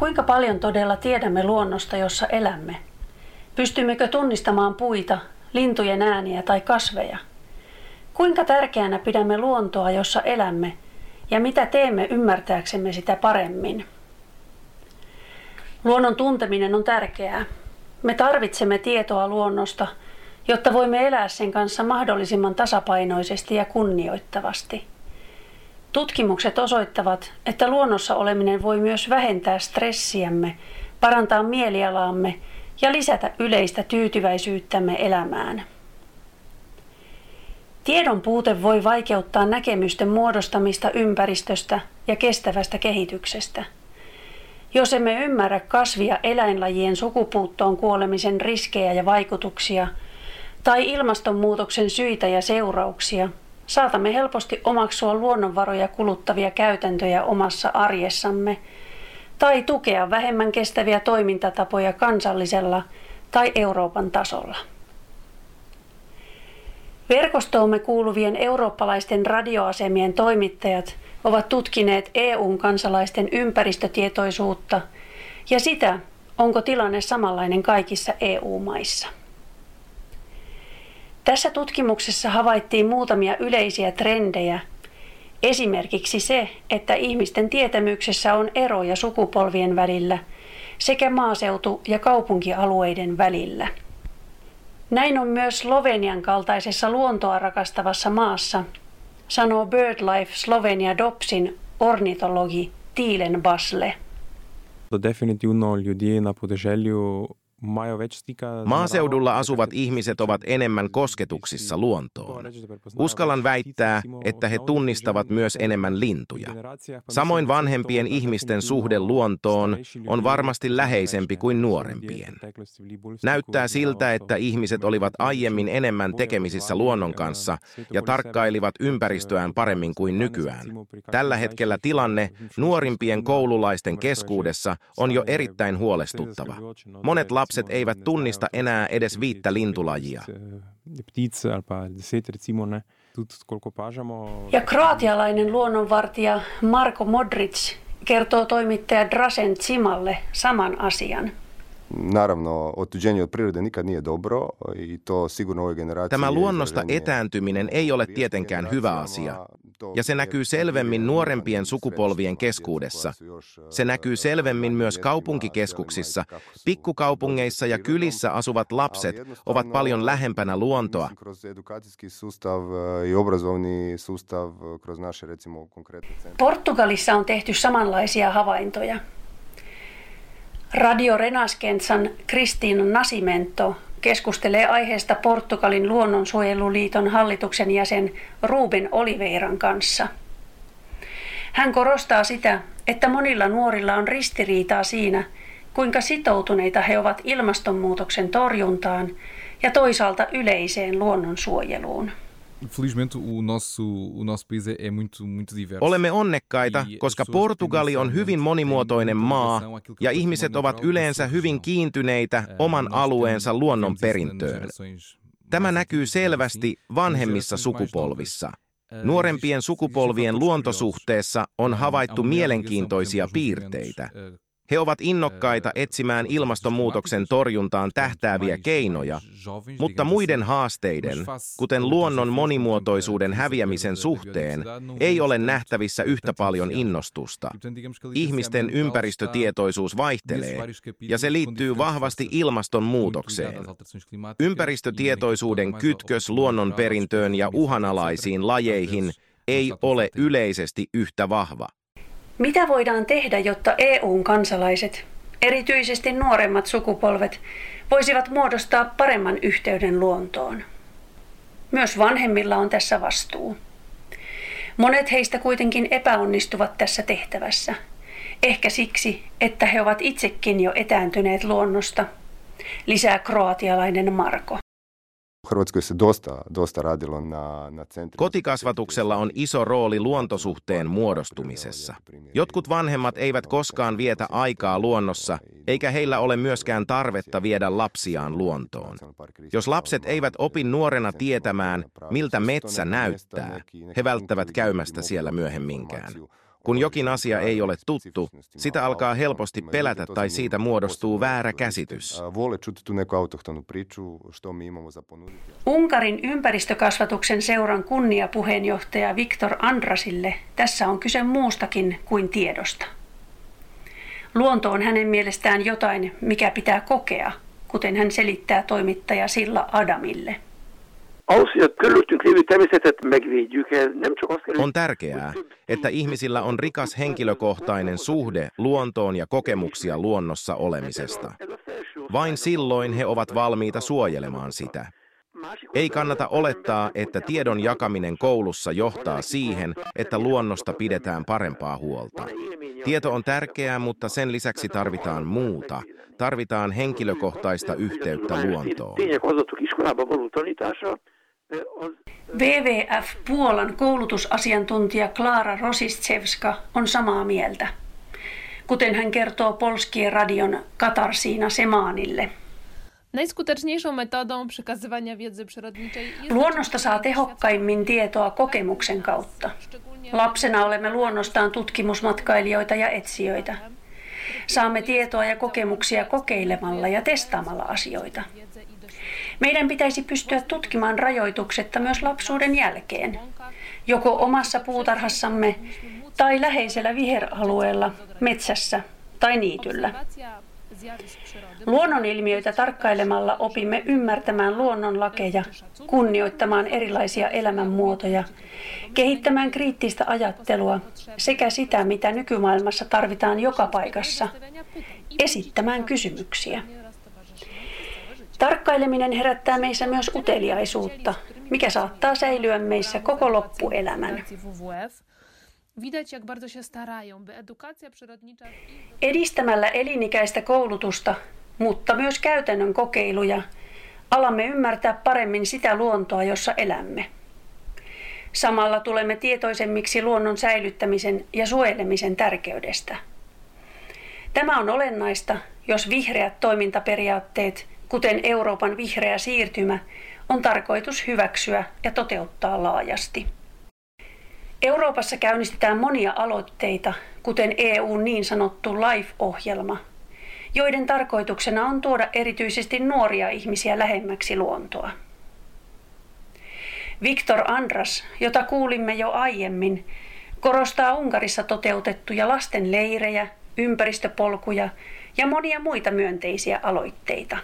Kuinka paljon todella tiedämme luonnosta, jossa elämme? Pystymmekö tunnistamaan puita, lintujen ääniä tai kasveja? Kuinka tärkeänä pidämme luontoa, jossa elämme, ja mitä teemme ymmärtääksemme sitä paremmin? Luonnon tunteminen on tärkeää. Me tarvitsemme tietoa luonnosta, jotta voimme elää sen kanssa mahdollisimman tasapainoisesti ja kunnioittavasti. Tutkimukset osoittavat, että luonnossa oleminen voi myös vähentää stressiämme, parantaa mielialaamme ja lisätä yleistä tyytyväisyyttämme elämään. Tiedon puute voi vaikeuttaa näkemysten muodostamista ympäristöstä ja kestävästä kehityksestä. Jos emme ymmärrä kasvi- ja eläinlajien sukupuuttoon kuolemisen riskejä ja vaikutuksia tai ilmastonmuutoksen syitä ja seurauksia, saatamme helposti omaksua luonnonvaroja kuluttavia käytäntöjä omassa arjessamme tai tukea vähemmän kestäviä toimintatapoja kansallisella tai Euroopan tasolla. Verkostoomme kuuluvien eurooppalaisten radioasemien toimittajat ovat tutkineet EU:n kansalaisten ympäristötietoisuutta ja sitä, onko tilanne samanlainen kaikissa EU-maissa. Tässä tutkimuksessa havaittiin muutamia yleisiä trendejä, esimerkiksi se, että ihmisten tietämyksessä on eroja sukupolvien välillä sekä maaseutu- ja kaupunkialueiden välillä. Näin on myös Slovenian kaltaisessa luontoa rakastavassa maassa, sanoo BirdLife Slovenia Dobsin ornitologi Tilen Basle. Maaseudulla asuvat ihmiset ovat enemmän kosketuksissa luontoon. Uskallan väittää, että he tunnistavat myös enemmän lintuja. Samoin vanhempien ihmisten suhde luontoon on varmasti läheisempi kuin nuorempien. Näyttää siltä, että ihmiset olivat aiemmin enemmän tekemisissä luonnon kanssa ja tarkkailivat ympäristöään paremmin kuin nykyään. Tällä hetkellä tilanne nuorimpien koululaisten keskuudessa on jo erittäin huolestuttava. Monet lapset eivät tunnista enää edes 5 lintulajia. Ja kroatialainen luonnonvartija Marko Modric kertoo toimittaja Dražen Cimalle saman asian. Tämä luonnosta etääntyminen ei ole tietenkään hyvä asia, ja se näkyy selvemmin nuorempien sukupolvien keskuudessa. Se näkyy selvemmin myös kaupunkikeskuksissa. Pikkukaupungeissa ja kylissä asuvat lapset ovat paljon lähempänä luontoa. Portugalissa on tehty samanlaisia havaintoja. Radio Renascençan Cristina Nascimento keskustelee aiheesta Portugalin luonnonsuojeluliiton hallituksen jäsen Ruben Oliveiran kanssa. Hän korostaa sitä, että monilla nuorilla on ristiriitaa siinä, kuinka sitoutuneita he ovat ilmastonmuutoksen torjuntaan ja toisaalta yleiseen luonnonsuojeluun. Olemme onnekkaita, koska Portugali on hyvin monimuotoinen maa ja ihmiset ovat yleensä hyvin kiintyneitä oman alueensa luonnonperintöön. Tämä näkyy selvästi vanhemmissa sukupolvissa. Nuorempien sukupolvien luontosuhteessa on havaittu mielenkiintoisia piirteitä. He ovat innokkaita etsimään ilmastonmuutoksen torjuntaan tähtääviä keinoja, mutta muiden haasteiden, kuten luonnon monimuotoisuuden häviämisen suhteen, ei ole nähtävissä yhtä paljon innostusta. Ihmisten ympäristötietoisuus vaihtelee, ja se liittyy vahvasti ilmastonmuutokseen. Ympäristötietoisuuden kytkös luonnonperintöön ja uhanalaisiin lajeihin ei ole yleisesti yhtä vahva. Mitä voidaan tehdä, jotta EU:n kansalaiset, erityisesti nuoremmat sukupolvet, voisivat muodostaa paremman yhteyden luontoon? Myös vanhemmilla on tässä vastuu. Monet heistä kuitenkin epäonnistuvat tässä tehtävässä. Ehkä siksi, että he ovat itsekin jo etääntyneet luonnosta, lisää kroatialainen Marko. Kotikasvatuksella on iso rooli luontosuhteen muodostumisessa. Jotkut vanhemmat eivät koskaan vietä aikaa luonnossa, eikä heillä ole myöskään tarvetta viedä lapsiaan luontoon. Jos lapset eivät opi nuorena tietämään, miltä metsä näyttää, he välttävät käymästä siellä myöhemminkään. Kun jokin asia ei ole tuttu, sitä alkaa helposti pelätä tai siitä muodostuu väärä käsitys. Unkarin ympäristökasvatuksen seuran kunniapuheenjohtaja Viktor Andrasille tässä on kyse muustakin kuin tiedosta. Luonto on hänen mielestään jotain, mikä pitää kokea, kuten hän selittää toimittaja Silla Adamille. On tärkeää, että ihmisillä on rikas henkilökohtainen suhde luontoon ja kokemuksia luonnossa olemisesta. Vain silloin he ovat valmiita suojelemaan sitä. Ei kannata olettaa, että tiedon jakaminen koulussa johtaa siihen, että luonnosta pidetään parempaa huolta. Tieto on tärkeää, mutta sen lisäksi tarvitaan muuta. Tarvitaan henkilökohtaista yhteyttä luontoon. WWF Puolan koulutusasiantuntija Klara Rosisczewska on samaa mieltä, kuten hän kertoo Polskien radion Katarzyna Semaanille. Luonnosta saa tehokkaimmin tietoa kokemuksen kautta. Lapsena olemme luonnostaan tutkimusmatkailijoita ja etsijöitä. Saamme tietoa ja kokemuksia kokeilemalla ja testaamalla asioita. Meidän pitäisi pystyä tutkimaan rajoituksetta myös lapsuuden jälkeen, joko omassa puutarhassamme tai läheisellä viheralueella, metsässä tai niityllä. Luonnonilmiöitä tarkkailemalla opimme ymmärtämään luonnonlakeja, kunnioittamaan erilaisia elämänmuotoja, kehittämään kriittistä ajattelua sekä sitä, mitä nykymaailmassa tarvitaan joka paikassa, esittämään kysymyksiä. Tarkkaileminen herättää meissä myös uteliaisuutta, mikä saattaa säilyä meissä koko loppuelämän. Edistämällä elinikäistä koulutusta, mutta myös käytännön kokeiluja, alamme ymmärtää paremmin sitä luontoa, jossa elämme. Samalla tulemme tietoisemmiksi luonnon säilyttämisen ja suojelemisen tärkeydestä. Tämä on olennaista, jos vihreät toimintaperiaatteet, kuten Euroopan vihreä siirtymä, on tarkoitus hyväksyä ja toteuttaa laajasti. Euroopassa käynnistetään monia aloitteita, kuten EU:n niin sanottu LIFE-ohjelma, joiden tarkoituksena on tuoda erityisesti nuoria ihmisiä lähemmäksi luontoa. Viktor Andras, jota kuulimme jo aiemmin, korostaa Unkarissa toteutettuja lasten leirejä, ympäristöpolkuja ja monia muita myönteisiä aloitteita.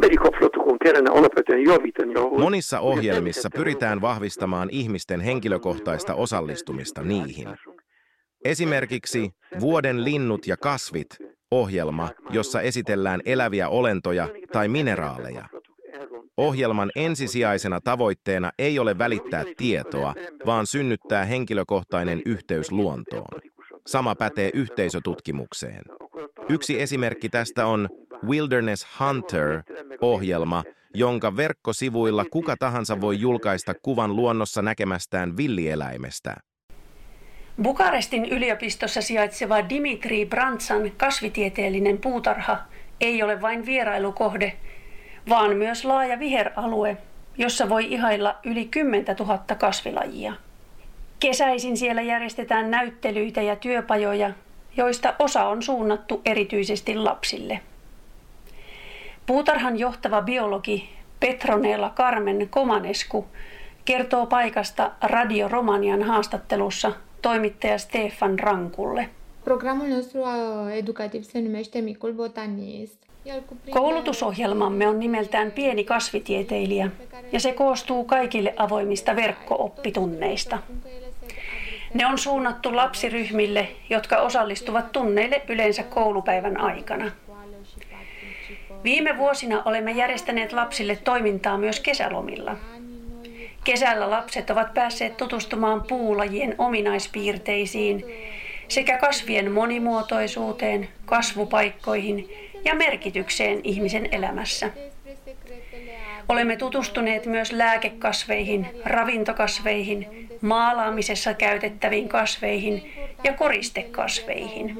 Monissa ohjelmissa pyritään vahvistamaan ihmisten henkilökohtaista osallistumista niihin. Esimerkiksi Vuoden linnut ja kasvit -ohjelma, jossa esitellään eläviä olentoja tai mineraaleja. Ohjelman ensisijaisena tavoitteena ei ole välittää tietoa, vaan synnyttää henkilökohtainen yhteys luontoon. Sama pätee yhteisötutkimukseen. Yksi esimerkki tästä on Wilderness Hunter-ohjelma, jonka verkkosivuilla kuka tahansa voi julkaista kuvan luonnossa näkemästään villieläimestä. Bukarestin yliopistossa sijaitseva Dimitri Brantsan kasvitieteellinen puutarha ei ole vain vierailukohde, vaan myös laaja viheralue, jossa voi ihailla yli 10 000 kasvilajia. Kesäisin siellä järjestetään näyttelyitä ja työpajoja, joista osa on suunnattu erityisesti lapsille. Puutarhan johtava biologi Petronella Carmen Comanescu kertoo paikasta Radio Romanian haastattelussa toimittaja Stefan Rankulle. Programul nostru educativ se numește Micul Botanist. Koulutusohjelmamme on nimeltään Pieni kasvitieteilijä ja se koostuu kaikille avoimista verkko-oppitunneista. Ne on suunnattu lapsiryhmille, jotka osallistuvat tunneille yleensä koulupäivän aikana. Viime vuosina olemme järjestäneet lapsille toimintaa myös kesälomilla. Kesällä lapset ovat päässeet tutustumaan puulajien ominaispiirteisiin sekä kasvien monimuotoisuuteen, kasvupaikkoihin ja merkitykseen ihmisen elämässä. Olemme tutustuneet myös lääkekasveihin, ravintokasveihin, maalaamisessa käytettäviin kasveihin ja koristekasveihin.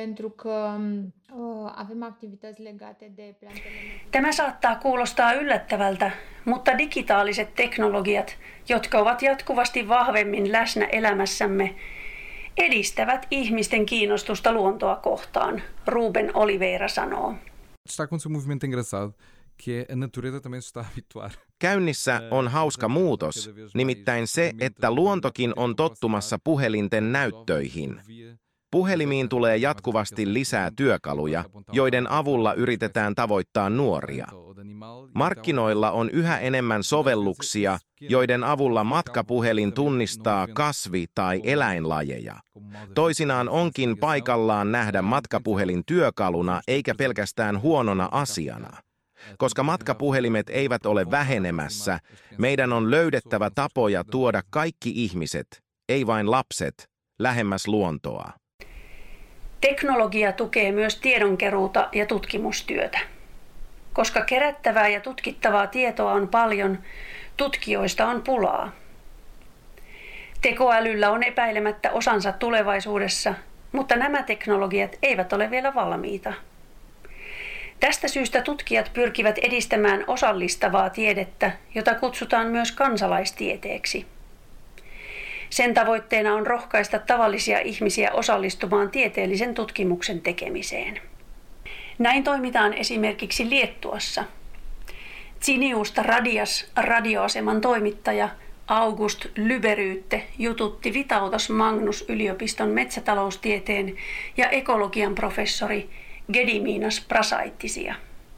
Tämä saattaa kuulostaa yllättävältä, mutta digitaaliset teknologiat, jotka ovat jatkuvasti vahvemmin läsnä elämässämme, edistävät ihmisten kiinnostusta luontoa kohtaan, Ruben Oliveira sanoo. Está acontecendo um movimento engraçado, que a natureza também se está a habituar. Käynnissä on hauska muutos, nimittäin se, että luontokin on tottumassa puhelinten näyttöihin. Puhelimiin tulee jatkuvasti lisää työkaluja, joiden avulla yritetään tavoittaa nuoria. Markkinoilla on yhä enemmän sovelluksia, joiden avulla matkapuhelin tunnistaa kasvi- tai eläinlajeja. Toisinaan onkin paikallaan nähdä matkapuhelin työkaluna eikä pelkästään huonona asiana. Koska matkapuhelimet eivät ole vähenemässä, meidän on löydettävä tapoja tuoda kaikki ihmiset, ei vain lapset, lähemmäs luontoa. Teknologia tukee myös tiedonkeruuta ja tutkimustyötä. Koska kerättävää ja tutkittavaa tietoa on paljon, tutkijoista on pulaa. Tekoälyllä on epäilemättä osansa tulevaisuudessa, mutta nämä teknologiat eivät ole vielä valmiita. Tästä syystä tutkijat pyrkivät edistämään osallistavaa tiedettä, jota kutsutaan myös kansalaistieteeksi. Sen tavoitteena on rohkaista tavallisia ihmisiä osallistumaan tieteellisen tutkimuksen tekemiseen. Näin toimitaan esimerkiksi Liettuassa. Tsiniusta Radias radioaseman toimittaja August Lyberyytte jututti Vitautas Magnus yliopiston metsätaloustieteen ja ekologian professori Gediminas Prasaittisia.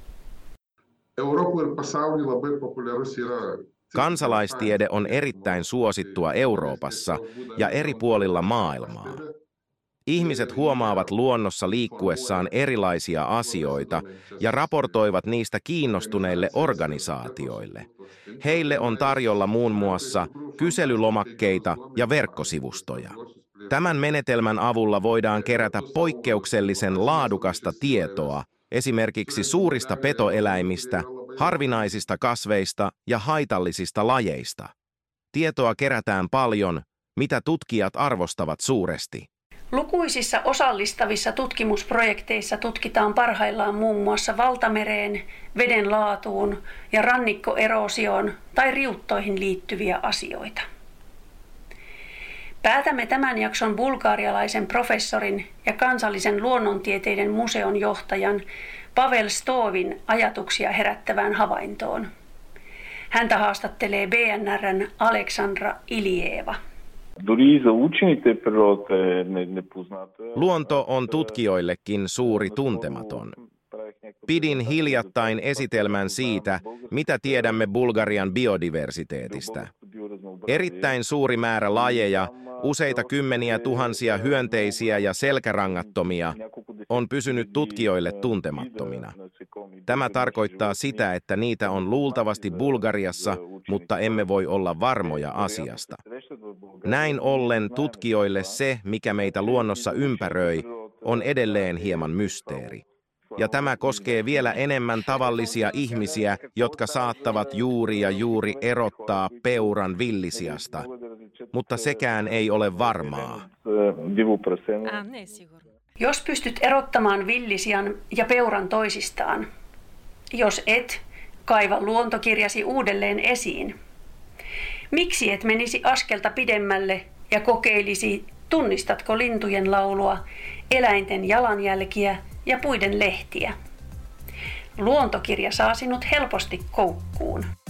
Kansalaistiede on erittäin suosittua Euroopassa ja eri puolilla maailmaa. Ihmiset huomaavat luonnossa liikkuessaan erilaisia asioita ja raportoivat niistä kiinnostuneille organisaatioille. Heille on tarjolla muun muassa kyselylomakkeita ja verkkosivustoja. Tämän menetelmän avulla voidaan kerätä poikkeuksellisen laadukasta tietoa esimerkiksi suurista petoeläimistä, harvinaisista kasveista ja haitallisista lajeista. Tietoa kerätään paljon, mitä tutkijat arvostavat suuresti. Lukuisissa osallistavissa tutkimusprojekteissa tutkitaan parhaillaan muun muassa valtamereen, veden laatuun ja rannikkoeroosioon tai riuttoihin liittyviä asioita. Päätämme tämän jakson bulgarialaisen professorin ja kansallisen luonnontieteiden museon johtajan Pavel Stovin ajatuksia herättävään havaintoon. Häntä haastattelee BNR:n Aleksandra Ilieva. Luonto on tutkijoillekin suuri tuntematon. Pidin hiljattain esitelmän siitä, mitä tiedämme Bulgarian biodiversiteetistä. Erittäin suuri määrä lajeja, useita kymmeniä tuhansia hyönteisiä ja selkärangattomia, on pysynyt tutkijoille tuntemattomina. Tämä tarkoittaa sitä, että niitä on luultavasti Bulgariassa, mutta emme voi olla varmoja asiasta. Näin ollen tutkijoille se, mikä meitä luonnossa ympäröi, on edelleen hieman mysteeri. Ja tämä koskee vielä enemmän tavallisia ihmisiä, jotka saattavat juuri erottaa peuran villisiasta. Mutta sekään ei ole varmaa. Jos pystyt erottamaan villisian ja peuran toisistaan, jos et, kaiva luontokirjasi uudelleen esiin. Miksi et menisi askelta pidemmälle ja kokeilisi, tunnistatko lintujen laulua, eläinten jalanjälkiä ja puiden lehtiä? Luontokirja saa sinut helposti koukkuun.